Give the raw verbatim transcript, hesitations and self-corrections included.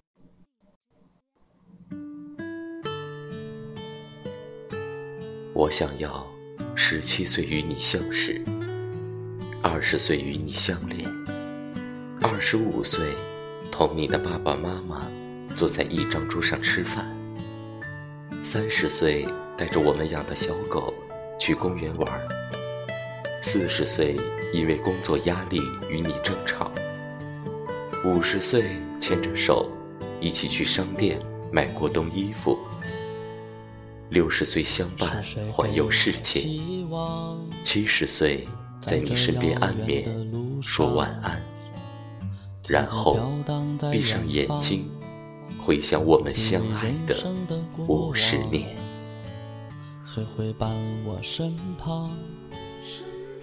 我想要十七岁与你相识，二十岁与你相恋，二十五岁同你的爸爸妈妈坐在一张桌上吃饭，三十岁带着我们养的小狗去公园玩，四十岁因为工作压力与你争吵，五十岁牵着手一起去商店买过冬衣服，六十岁相伴环游世界，七十岁在你身边安眠说晚安，然后闭上眼睛回想我们相爱的五十年。 谁会伴我身旁